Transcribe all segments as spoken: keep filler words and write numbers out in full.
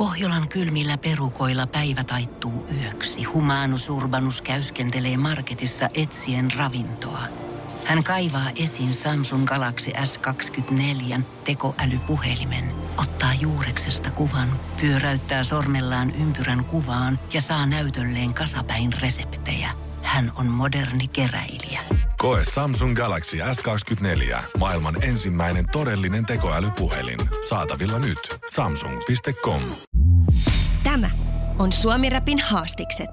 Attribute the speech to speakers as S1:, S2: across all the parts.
S1: Pohjolan kylmillä perukoilla päivä taittuu yöksi. Humanus Urbanus käyskentelee marketissa etsien ravintoa. Hän kaivaa esiin Samsung Galaxy S kaksikymmentäneljä tekoälypuhelimen, ottaa juureksesta kuvan, pyöräyttää sormellaan ympyrän kuvaan ja saa näytölleen kasapäin reseptejä. Hän on moderni keräilijä.
S2: Koe Samsung Galaxy S kaksikymmentäneljä. Maailman ensimmäinen todellinen tekoälypuhelin. Saatavilla nyt. samsung piste com.
S3: Tämä on Suomi Rapin haastikset.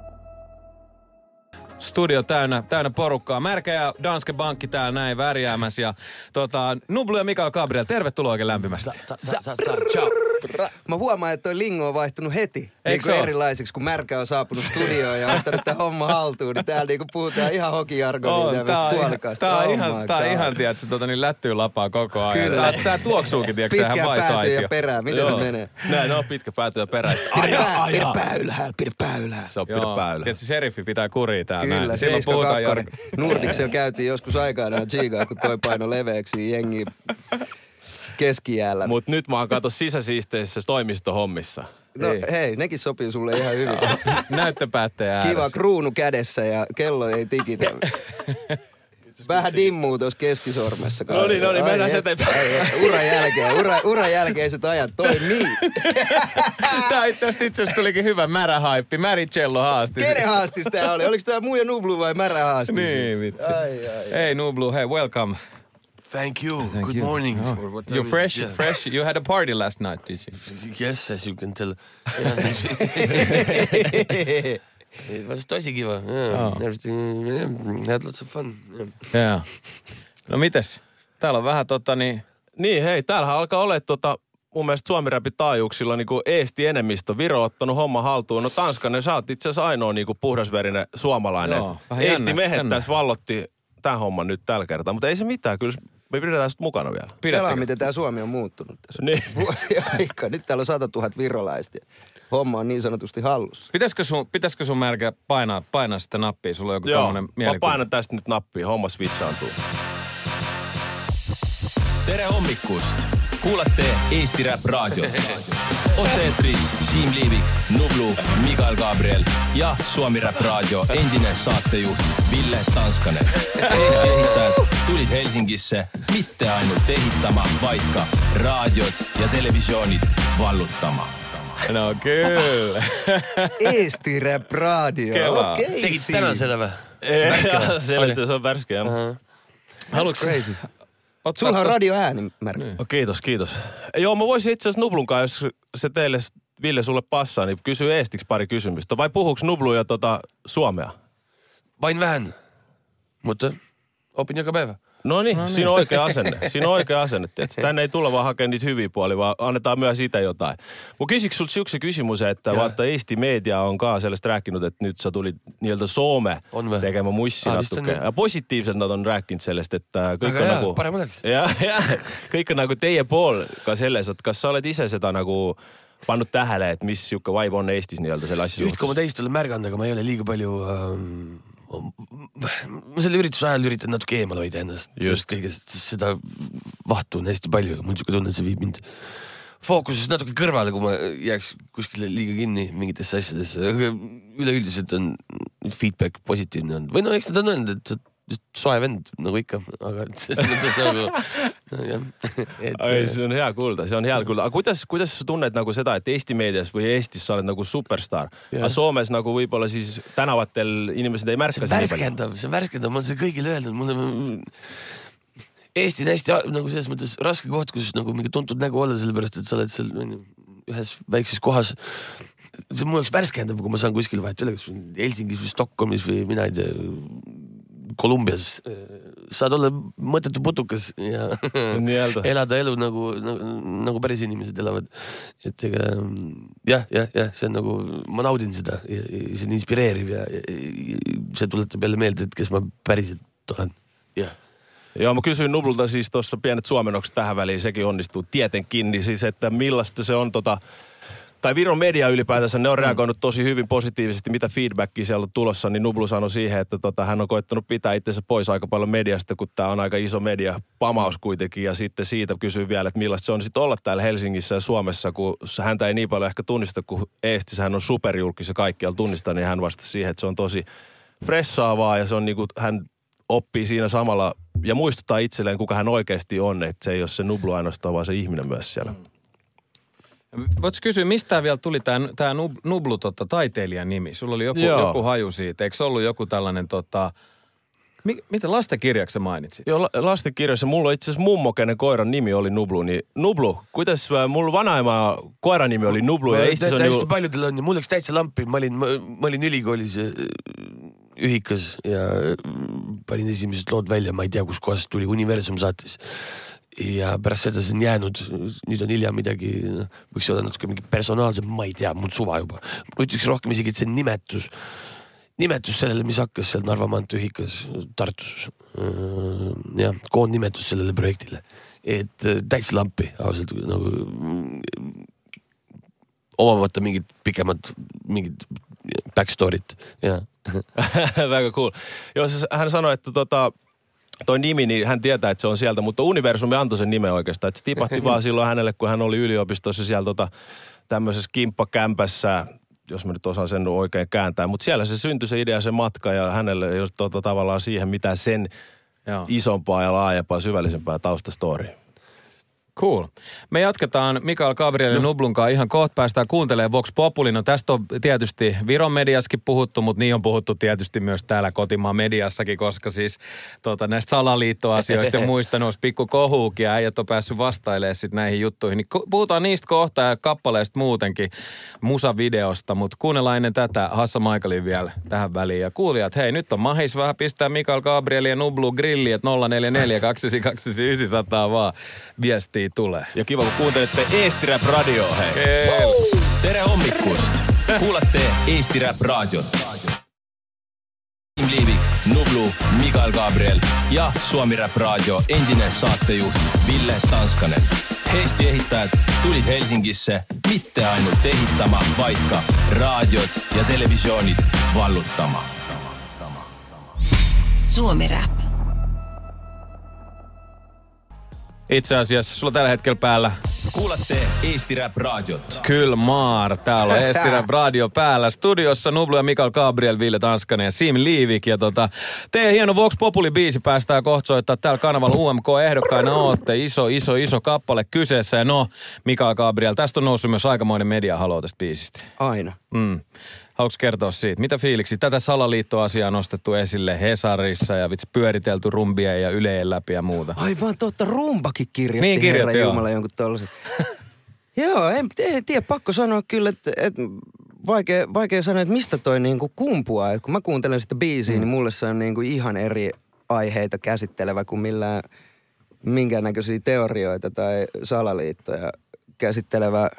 S4: Studio täynnä, täynnä porukkaa. Märkä ja Danske Bankki täällä näin värjäämässä. Ja tota, Nublu ja Mikael Gabriel, tervetuloa oikein lämpimästi.
S5: Sa, sa, sa, sa, ciao. Mä huomaan, että toi lingo on vaihtunut heti niin erilaiseksi, kun Märkä on saapunut studioon ja ottanut tämän homma haltuun. Niin täällä niinku puhutaan ihan hokijargonia tämmöistä puolikasta.
S4: Tää on
S5: oh
S4: ihan, tää on ihan tiedätkö, tota, niin lättyy lapaa koko ajan.
S5: Kyllä.
S4: Tää, tää tuoksuukin, tiedätkö, sehän
S5: Pitkään
S4: vaihtoaitio.
S5: päätyy ja perään. Miten Joo. se menee?
S4: Näin, no pitkä päätyy ja perään.
S5: Pidä, pää, pidä pää ylhäällä, pidä pää ylhäällä.
S4: Se on pidä pää ylhäällä. Tietysti sheriffi pitää kuria täällä.
S5: Kyllä, seitsemänkymmentäkaksi. Nurtiksella käytiin joskus aikanaan Gigaa, kun toi paino leveäksi jengi keskijäällä.
S6: Mut nyt mä oon kato sisäsiisteissä toimistohommissa.
S5: No hei. hei, nekin sopii sulle ihan hyvin.
S4: Näyttöpäättäjä ääressä.
S5: Kiva kruunu kädessä ja kello ei tikitä. Vähän dimmuu tuossa keskisormessa.
S6: No niin, no niin, mennään se eteenpäin.
S5: Uran jälkeen, ura, uran jälkeiset ajat toimii.
S4: Tää itse asiassa tulikin hyvä märähaippi. Märicello haastis.
S5: Kenen haastis tää oli? Oliko tää muu ja Nublu vai märä haastis?
S4: Niin, vitsi.
S5: Ai, ai, ai.
S4: Hey Nublu, hey, welcome.
S7: Thank you.
S4: Thank
S7: Good
S4: you.
S7: morning.
S4: Oh. You're fresh, yeah. fresh. You had a party last night, did you?
S7: Yes, as you can tell. It was tosi kiva. Yeah. Oh. Everything, yeah. Had lots of fun.
S4: Yeah. yeah. No mites? Täällä on vähän tota niin...
S6: Niin, hei, täällähän alkaa olla tota, mun mielestä Suomi Rapin taajuuksilla niinku Eesti enemmistö. Viro on ottanut homma haltuun. No Tanskanen, sä oot itse asiassa ainoa niinku puhdasverinen suomalainen.
S4: Joo,
S6: Eesti mehet tässä vallotti tämän homman nyt tällä kertaa. Mutta ei se mitään, kyllä me pidetään sitä mukana vielä.
S5: Pelaa, miten tää Suomi on muuttunut tässä niin. vuosia aikaa. Nyt täällä on sata tuhatta virolaista. Homma on niin sanotusti hallussa.
S4: Pitäisikö sun, pitäisikö sun Märkä painaa, painaa sitä nappia? Sulla on joku
S6: Joo,
S4: tommonen mielikuva.
S6: Mä painan tästä nyt nappia. Homma switchaantuu.
S8: Tere hommikust! Kuulette Eesti Rap Radio. Otse-eetris Siim Liivik, Nublu, Mikael Gabriel ja Suomi Rap Radio endinen saattejuht Ville Tanskanen. Eesti ehittäjät tulit Helsingisse mitte ainult ehitama, vaikka raadiot ja televisioonit valluttama.
S4: No kyllä.
S5: Eesti Rap Radio. Okei. Okay,
S7: Tekit tänään selvä.
S6: Selitys on värskeä.
S5: Uh-huh. That's crazy. Sulla on radioääni, Märkä.
S6: Niin. Oh, kiitos, kiitos. Joo, mä voisin itse asiassa Nublun kanssa, jos se teille, Ville, sulle passaa, niin kysyy eestiksi pari kysymystä. Vai puhuuko Nublu ja tota suomea?
S7: Vain vähän, mutta opin joka päivä.
S6: No niin, no siinä on oikea asenne. Siinä on oikea asenne. Tietysti tänne ei tulla vaan hakemaan niitä hyviä puolia, vaan annetaan myös sitä jotain. Mun kysikö sulta yksi kysymys, että vaikka Eesti Media on kaa sellaista rääkkinyt, että nyt sä tulit niiltä Soome tekemään muissi ah, natukea. Ja positiivselt nad on rääkinud sellest, että kõik on nagu...
S7: parem oleks.
S6: Ja, ja kõik on nagu teie pool ka selles, et kas sa oled ise seda nagu pannud tähele, et mis siuke vibe on Eestis nii-öelda selle asja suhtes?
S7: Üht koma teist olen märganud, aga ma ei ole liiga palju... Ähm... ma selle ürituse ajal üritan natuke eemal hoida ennast sellest kõigest, seda vahtu on hästi palju, mul niisugune tunne, et see viib mind fookusest natuke kõrvale, kui ma jääks kuskile liiga kinni mingitesse asjadesse, aga üleüldiselt on feedback positiivne olnud. Või no eks nad on öelnud, et soe vend, nagu ikka, aga nagu, no jah.
S6: Ai, see on hea kuulda, see on hea kuulda. Aga kuidas, kuidas sa tunned nagu seda, et Eesti meedias või Eestis sa oled nagu superstar, aga Soomes nagu võib-olla siis tänavatel inimesed ei märka?
S7: See on värskendav, see on värskendav, ma olen seda kõigile öelnud, mul on... Eesti on hästi nagu selles mõttes raske koht, kus nagu mingi tuntud nägu olla, sellepärast, et sa oled seal ühes väikses kohas. See on mul üks värskendav, kui ma saan kuskil vahet üle, kas Helsingis või Stockholmis või mina ei tea, Kolumbias. Saad olla mõttetu putukas ja elada elu nagu, nagu, nagu päris inimesed elavad. Et ega, jah, jah, jah, see on nagu, ma naudin seda ja, ja see on inspireeriv ja, ja, ja see tuletab jälle meelde, et kes ma päriselt olen. Jah.
S6: Joo, mä kysyin Nublulta siis tuossa pienet suomennokset tähän väliin, sekin onnistuu tietenkin, niin siis että millaista se on tota, tai Viron media ylipäätänsä, ne on reagoinut tosi hyvin positiivisesti, mitä feedbackia siellä on tulossa, niin Nublu sanoi siihen, että tota, hän on koittanut pitää itsensä pois aika paljon mediasta, kun tämä on aika iso media pamaus kuitenkin, ja sitten siitä kysyy vielä, että millaista se on sitten olla täällä Helsingissä ja Suomessa, kun häntä ei niin paljon ehkä tunnista, kun Eestissä hän on superjulkis ja kaikkialla tunnistaa, niin hän vastasi siihen, että se on tosi fressaavaa, ja se on niinku, hän oppii siinä samalla, ja muistuttaa itselleen, kuka hän oikeasti on, että se ei ole se Nublu ainoastaan, vaan se ihminen myös siellä.
S4: Voitko kysyä, mistä vielä tuli tämä tää Nublu tota, taiteilijan nimi? Sulla oli joku, joku haju siitä. Eikö se ollut joku tällainen, tota, mi, mitä lastenkirjaksi mainitsit?
S6: Joo, la, lastenkirjassa. Mulla itse asiassa mummo, kenen koiran nimi oli Nublu. Niin Nublu, kuitas mulla vanhaimaa koiran nimi oli Nublu? Ja
S7: itse asiassa hästi paljudel on, mul läks täitsa lampi. Mä olin, mä, mä olin ülikoolis ühikas ja panin esimesed lood välja. Ma ei tea, kus kohast tuli, Universum saatis. Ja pärast seda see on jäänud, nüüd on hilja midagi, võiks olla natuke mingi personaalsem, ma ei tea, mul suva juba. Ma ütleks rohkem isegi, et see nimetus, nimetus sellele, mis hakkas seal Narva maantee ühikas Tartus. Ja, koondnimetus sellele projektile. Et täitsa lampi, ausalt, nagu omavata mingid pikemad, mingid backstoryt. Ja.
S6: Väga cool. Joo, hän sanoi, että tota... Toi nimi, niin hän tietää, että se on sieltä, mutta Universumi antoi sen nimen oikeastaan. Että se tipahti vaan silloin hänelle, kun hän oli yliopistossa siellä tota, tämmöisessä kimppakämpässä, jos mä nyt osaan sen oikein kääntää. Mutta siellä se syntyi se idea, se matka ja hänelle ei ole tota, tavallaan siihen mitään sen Joo. isompaa ja laajempaa, syvällisempää taustastoriaa.
S4: Cool. Me jatketaan Mikael Gabrielin no. Nublunkaan ihan kohta päästään kuuntelemaan Vox Populi. No tästä on tietysti Viron mediassakin puhuttu, mutta niin on puhuttu tietysti myös täällä kotimaan mediassakin, koska siis tota, näistä salaliittoasioista ja muista nousi pikku kohuukin ja äijät on päässyt vastailemaan sitten näihin juttuihin. Niin puhutaan niistä kohta ja kappaleista muutenkin musavideosta, mutta kuunnellaan ennen tätä Hassa Michaelin vielä tähän väliin. Ja kuulijat, hei nyt on mahis vähän pistää Mikael Gabrielin ja Nublu grilli, että nolla neljä neljä kaksi kaksi yhdeksän yhdeksän nolla nolla vaan viestiä tulee.
S6: Ja kiva, kun kuuntelette Eesti Rap Radioa, hei.
S8: hei. Tere hommikust! Kuulette Eesti Rap Radiot. Siim Liivik, Nublu, Mikael Gabriel ja Suomi Rap Radio endinen saattejuht Ville Tanskanen. Heistä ehittäjät tulit Helsingisse mitte ainult ehittämä, vaikka radiot ja televisioonit valluttama.
S3: Suomi Rap.
S4: Itse asiassa sulla tällä hetkellä päällä.
S8: Kuulette Eesti Rap Radiot.
S4: Kyllä maar. Täällä on Eesti Rap Radio päällä. Studiossa Nublu ja Mikael Gabriel, Ville Tanskanen ja Siim Liivik. Ja tota, teidän hieno Vox Populi-biisi päästään kohta soittaa täällä kanavalla U M K-ehdokkaina ootte. Iso, iso, iso kappale kyseessä. Ja no, Mikael Gabriel, tästä on noussut myös aikamoinen mediahalo tästä biisistä.
S5: Aina.
S4: Mm. Haluatko kertoa siitä? Mitä fiiliksi? Tätä salaliittoasiaa on nostettu esille Hesarissa ja vitsi pyöritelty rumbia ja Yleen läpi ja muuta.
S5: Aivan totta, rumbakin kirjoitti,
S4: niin, kirjoitti
S5: herra Jumala, jonkun tollaset. Joo, en, en tiedä, pakko sanoa kyllä, että, että vaikea, vaikea sanoa, että mistä toi niinku kumpuaa. Et kun mä kuuntelen sitä biisiä, mm. niin mulle se on niinku ihan eri aiheita käsittelevä kuin millään minkäännäköisiä teorioita tai salaliittoja käsittelevä äh,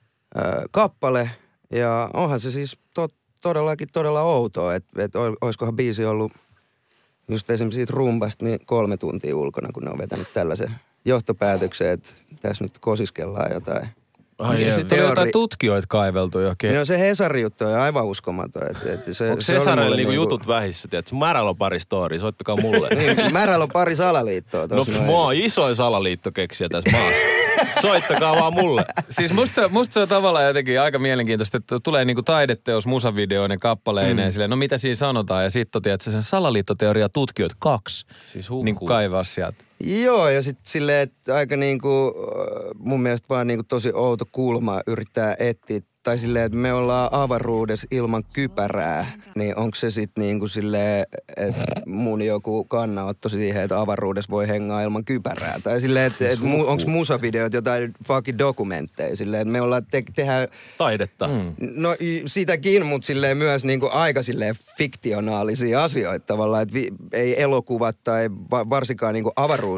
S5: kappale. Ja onhan se siis to, todellakin todella outoa, että et olisikohan biisi ollut just esimerkiksi siitä rumbasta niin kolme tuntia ulkona, kun ne on vetänyt tällaisen johtopäätöksen, että tässä nyt kosiskellaan jotain.
S4: Ai ja sitten on jotain tutkijoita kaiveltu johonkin.
S5: No se Hesarin juttu on aivan uskomaton. Että, että se,
S6: onko se Hesarille niinku jutut vähissä, tiedätkö? Märällä on pari story, soittakaa mulle.
S5: niin, Märällä on pari salaliittoa.
S6: No mä oon isoin salaliittokeksijä tässä maassa. Soittakaa vaan mulle.
S4: Siis musta, musta se on tavallaan jotenkin aika mielenkiintoista, että tulee niinku taideteos musavideoinen kappaleineen mm. silleen, no mitä siinä sanotaan, ja sitten totiat sen salaliittoteoria tutkijoita kaksi.
S6: Siis hukkuu.
S4: Niinku kaivaa sieltä.
S5: Joo, ja sitten silleen, että aika niinku, mun mielestä vaan niinku tosi outo kulma yrittää etsiä. Tai silleen, että me ollaan avaruudessa ilman kypärää, niin onko se sitten niinku silleen, että mun joku kannanotto siihen, että avaruudessa voi hengaa ilman kypärää. Tai silleen, että et mu, onko musavideot jotain fucking dokumentteja. Silleen, että me ollaan te, tehdä...
S6: Taidetta.
S5: Mm. No sitäkin, mutta silleen myös niinku aika silleen fiktionaalisia asioita tavallaan. Että vi, ei elokuvat tai va, varsinkaan niinku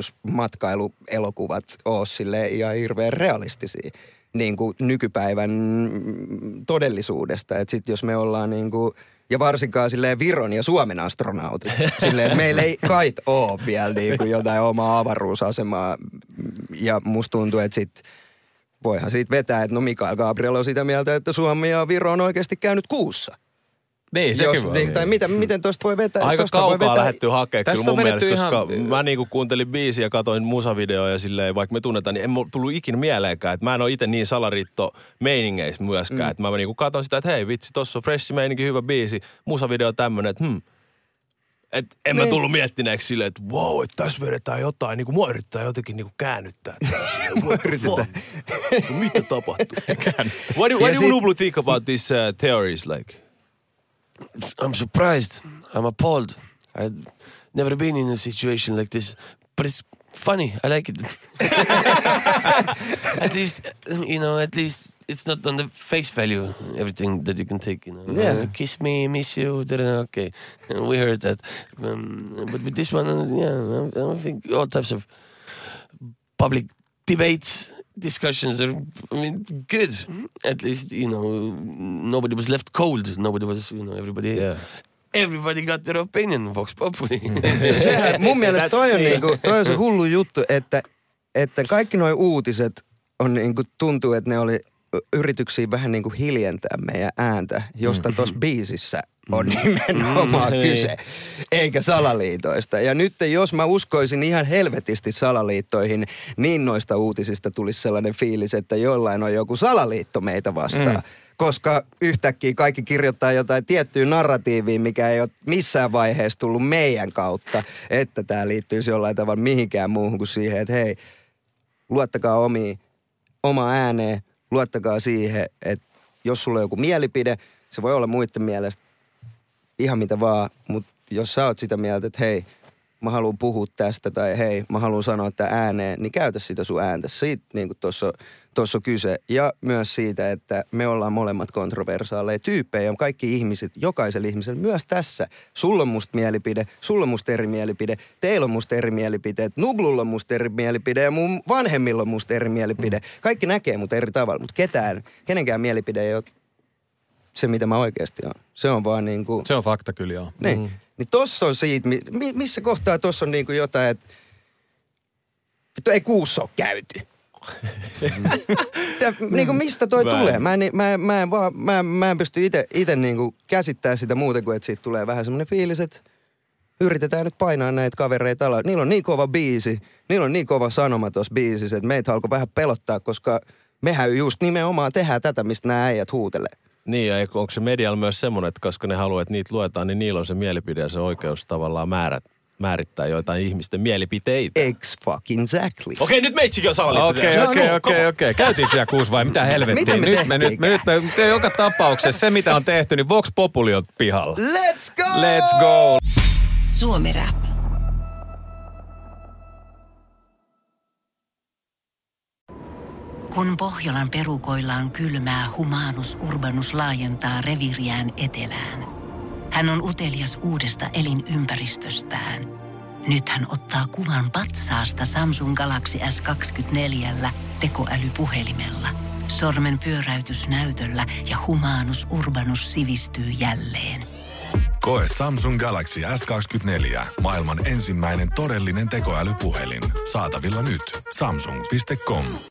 S5: avaruusmatkailuelokuvat ole silleen ihan hirveän realistisia. Niin kuin nykypäivän todellisuudesta. Että sitten jos me ollaan niin kuin, ja varsinkaan silleen Viron ja Suomen astronautit, silleen, että meillä ei kait ole vielä niin kuin jotain omaa avaruusasemaa. Ja musta tuntuu, että sitten voihan siitä vetää, että no Mikael Gabriel on sitä mieltä, että Suomi ja Viro on oikeasti käynyt kuussa.
S4: Niin, sekin
S5: Jos,
S4: voi.
S5: Niin, tai mitä, miten tosta voi vetää?
S6: Aika
S5: tosta
S6: kaukaa
S5: voi vetää...
S6: lähdetty hakemaan kyllä mun mielestä,
S4: ihan...
S6: koska mä niinku kuuntelin biisiä ja katoin musavideoa ja silleen, vaikka me tunnetaan, niin en mulla tullut ikinä mieleenkään, että mä en ole itse niin salariitto meiningeissä myöskään, mm. että mä niinku katon sitä, että hei vitsi, tossa on fresh meininki, hyvä biisi, musavideo tämmönen, että hmm. Et en niin. mä tullut miettineeksi silleen, että wow, että tässä vedetään jotain, niinku mua yrittää jotenkin niinku käännyttää.
S5: Mua yritetään.
S6: Mitä tapahtuu? What do, what do Nublu think about these uh, theories like?
S7: I'm surprised. I'm appalled. I've never been in a situation like this, but it's funny. I like it. At least, you know, at least it's not on the face value, everything that you can take, you know.
S5: Yeah.
S7: Uh, kiss me, miss you, okay. We heard that. Um, but with this one, uh, yeah, I don't think all types of public debates, discussions are, I mean, good. At least, you know, nobody was left cold. Nobody was, you know, everybody... Yeah. Everybody got their opinion, Vox Populi.
S5: Sehän, mun mielestä toi on, niinku, toi on se hullu juttu, että, että kaikki nuo uutiset on niinku, tuntuu, että ne oli yrityksiä vähän niinku hiljentää meidän ääntä, josta tuossa biisissä on nimenomaan kyse, eikä salaliitoista. Ja nyt jos mä uskoisin ihan helvetisti salaliittoihin, niin noista uutisista tulisi sellainen fiilis, että jollain on joku salaliitto meitä vastaan. Mm. Koska yhtäkkiä kaikki kirjoittaa jotain tiettyä narratiivia, mikä ei ole missään vaiheessa tullut meidän kautta, että tämä liittyisi jollain tavalla mihinkään muuhun kuin siihen, että hei, luottakaa omiin, oma ääneen, luottakaa siihen, että jos sulla on joku mielipide, se voi olla muiden mielestä ihan mitä vaan, mutta jos sä oot sitä mieltä, että hei, mä haluan puhua tästä tai hei, mä haluan sanoa tämän ääneen, niin käytä sitä sun ääntä. Siitä niin kuin tuossa Tuossa on kyse. Ja myös siitä, että me ollaan molemmat kontroversaaleja tyyppejä. Ja kaikki ihmiset, jokaisella ihmisellä, myös tässä. Sulla on musta mielipide, sulla on musta eri mielipide, teillä on musta eri mielipiteet, Nublulla on musta eri mielipide ja mun vanhemmilla on musta eri mielipide. Mm. Kaikki näkee mut eri tavalla, mutta ketään, kenenkään mielipide ei ole se, mitä mä oikeasti on. Se on vaan niin kuin...
S4: Se on fakta kyllä, joo.
S5: Niin. Mm. Niin tossa on siitä, missä kohtaa tossa on niin kuin jotain, että ei kuussa ole käyty. Tää, niinku mistä toi mä tulee? Mä en, mä, mä en, vaan, mä, mä en pysty ite, ite niinku käsittää sitä muuten kuin, että siitä tulee vähän semmoinen fiilis, että yritetään nyt painaa näitä kavereita alas. Niillä on niin kova biisi, niillä on niin kova sanoma tuossa biisissä, että meitä alkoi vähän pelottaa, koska mehän just nimenomaan tehdään tätä, mistä nämä äijät huutelee.
S6: Niin, ja onko se medialla myös semmoinen, että koska ne haluaa, että niitä luetaan, niin niillä on se mielipide ja se oikeus tavallaan määrät. määrittää joitain ihmisten mielipiteitä.
S5: Ex fucking exactly.
S6: Okei, okay, nyt meitsikin on salaliitto.
S4: Okei, okei, okei, okei. Käytiinkö siellä kuusi vai mitä helvettiä?
S5: Mitä me
S4: nyt me nyt, me nyt me, me, joka tapauksessa se, mitä on tehty, niin Vox Populi on pihalla.
S5: Let's go!
S4: Let's go!
S3: Suomi Rap.
S1: Kun Pohjolan perukoillaan kylmää, Humanus Urbanus laajentaa reviriään etelään. Hän on utelias uudesta elinympäristöstään. Nyt hän ottaa kuvan patsaasta Samsung Galaxy S kaksikymmentäneljä tekoälypuhelimella. Sormen pyöräytys näytöllä ja Humanus Urbanus sivistyy jälleen.
S2: Koe Samsung Galaxy S kaksikymmentäneljä. Maailman ensimmäinen todellinen tekoälypuhelin. Saatavilla nyt. Samsung piste com.